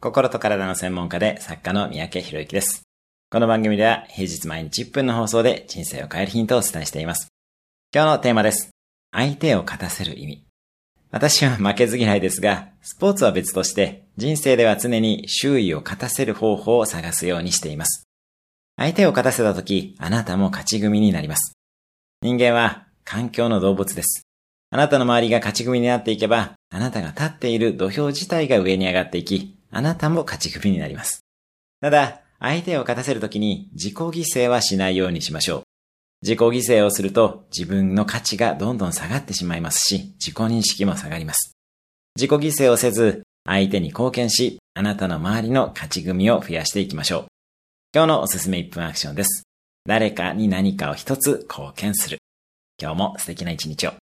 心と体の専門家で作家の三宅宏之です。この番組では平日毎日1分の放送で人生を変えるヒントをお伝えしています。今日のテーマです。相手を勝たせる意味。私は負けず嫌いですが、スポーツは別として人生では常に周囲を勝たせる方法を探すようにしています。相手を勝たせたとき、あなたも勝ち組になります。人間は環境の動物です。あなたの周りが勝ち組になっていけば、あなたが立っている土俵自体が上に上がっていき、あなたも勝ち組になります。ただ、相手を勝たせるときに自己犠牲はしないようにしましょう。自己犠牲をすると自分の価値がどんどん下がってしまいますし、自己認識も下がります。自己犠牲をせず、相手に貢献し、あなたの周りの勝ち組を増やしていきましょう。今日のおすすめ1分アクションです。誰かに何かを一つ貢献する。今日も素敵な一日を。